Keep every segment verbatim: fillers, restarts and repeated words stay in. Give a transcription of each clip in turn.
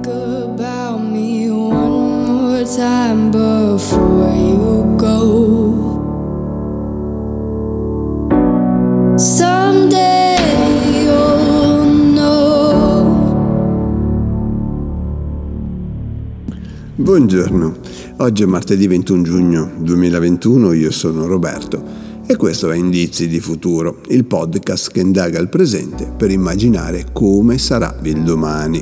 Think about me one more time before you go. Someday you'll know. Buongiorno, oggi è martedì ventuno giugno duemilaventuno, io sono Roberto e questo è Indizi di Futuro, il podcast che indaga il presente per immaginare come sarà il domani.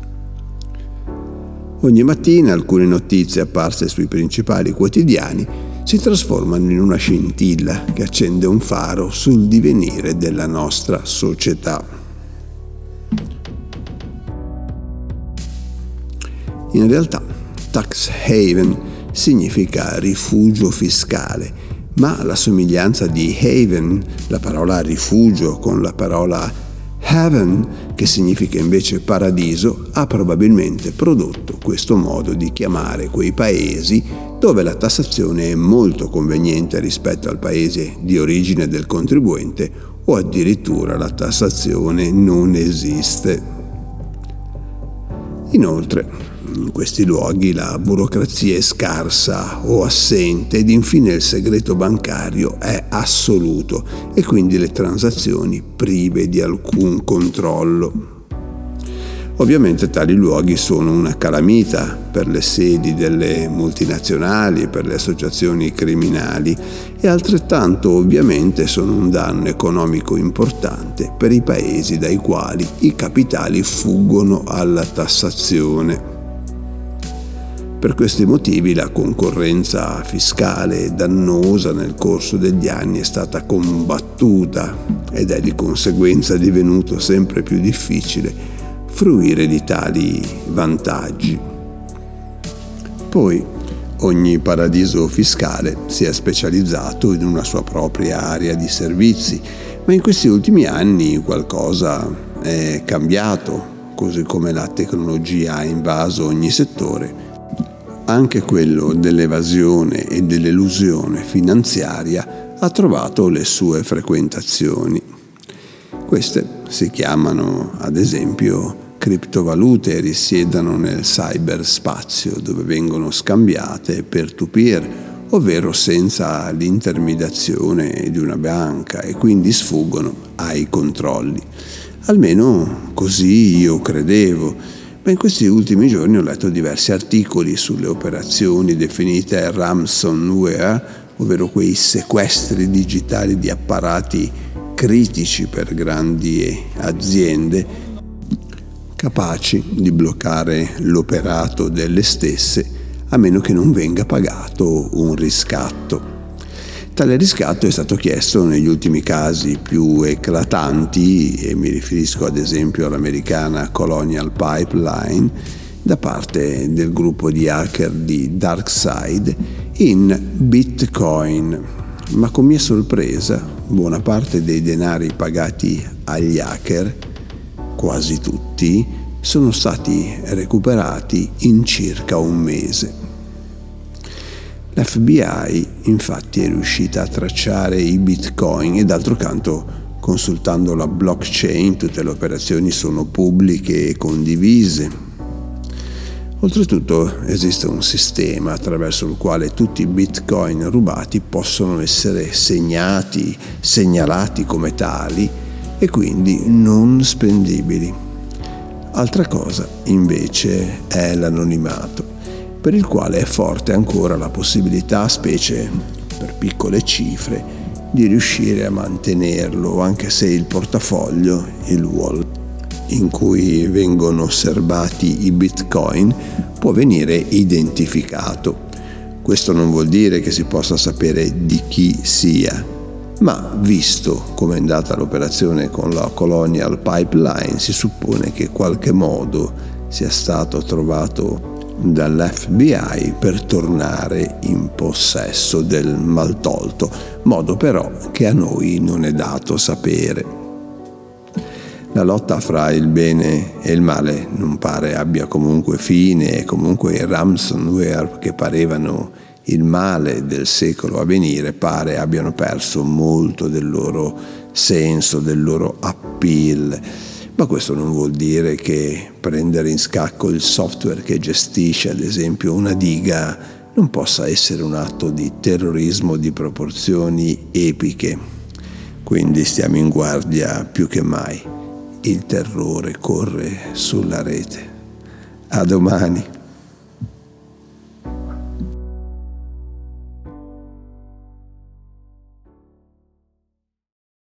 Ogni mattina alcune notizie apparse sui principali quotidiani si trasformano in una scintilla che accende un faro sul divenire della nostra società. In realtà, tax haven significa rifugio fiscale, ma la somiglianza di haven, la parola rifugio, con la parola heaven, che significa invece paradiso, ha probabilmente prodotto questo modo di chiamare quei paesi dove la tassazione è molto conveniente rispetto al paese di origine del contribuente o addirittura la tassazione non esiste. Inoltre, in questi luoghi la burocrazia è scarsa o assente ed infine il segreto bancario è assoluto e quindi le transazioni prive di alcun controllo. Ovviamente tali luoghi sono una calamita per le sedi delle multinazionali e per le associazioni criminali e altrettanto ovviamente sono un danno economico importante per i paesi dai quali i capitali fuggono alla tassazione. Per questi motivi la concorrenza fiscale dannosa nel corso degli anni è stata combattuta ed è di conseguenza divenuto sempre più difficile fruire di tali vantaggi. Poi ogni paradiso fiscale si è specializzato in una sua propria area di servizi, ma in questi ultimi anni qualcosa è cambiato, così come la tecnologia ha invaso ogni settore. Anche quello dell'evasione e dell'elusione finanziaria ha trovato le sue frequentazioni. Queste si chiamano, ad esempio, criptovalute e risiedono nel cyberspazio, dove vengono scambiate peer-to-peer, ovvero senza l'intermediazione di una banca e quindi sfuggono ai controlli. Almeno così io credevo. Ma in questi ultimi giorni ho letto diversi articoli sulle operazioni definite ransomware, ovvero quei sequestri digitali di apparati critici per grandi aziende, capaci di bloccare l'operato delle stesse a meno che non venga pagato un riscatto. Tale riscatto è stato chiesto negli ultimi casi più eclatanti, e mi riferisco ad esempio all'americana Colonial Pipeline, da parte del gruppo di hacker di DarkSide in Bitcoin. Ma con mia sorpresa, buona parte dei denari pagati agli hacker, quasi tutti, sono stati recuperati in circa un mese. L'F B I infatti è riuscita a tracciare i bitcoin e d'altro canto, consultando la blockchain, tutte le operazioni sono pubbliche e condivise. Oltretutto esiste un sistema attraverso il quale tutti i bitcoin rubati possono essere segnati, segnalati come tali e quindi non spendibili. Altra cosa invece è l'anonimato, per il quale è forte ancora la possibilità, specie per piccole cifre, di riuscire a mantenerlo, anche se il portafoglio, il wallet in cui vengono serbati i bitcoin, può venire identificato. Questo non vuol dire che si possa sapere di chi sia, ma visto come è andata l'operazione con la Colonial Pipeline, si suppone che in qualche modo sia stato trovato dall'F B I per tornare in possesso del maltolto, modo però che a noi non è dato sapere. La lotta fra il bene e il male non pare abbia comunque fine e comunque i ransomware, che parevano il male del secolo a venire, pare abbiano perso molto del loro senso, del loro appeal. Ma questo non vuol dire che prendere in scacco il software che gestisce, ad esempio, una diga non possa essere un atto di terrorismo di proporzioni epiche. Quindi stiamo in guardia più che mai. Il terrore corre sulla rete. A domani.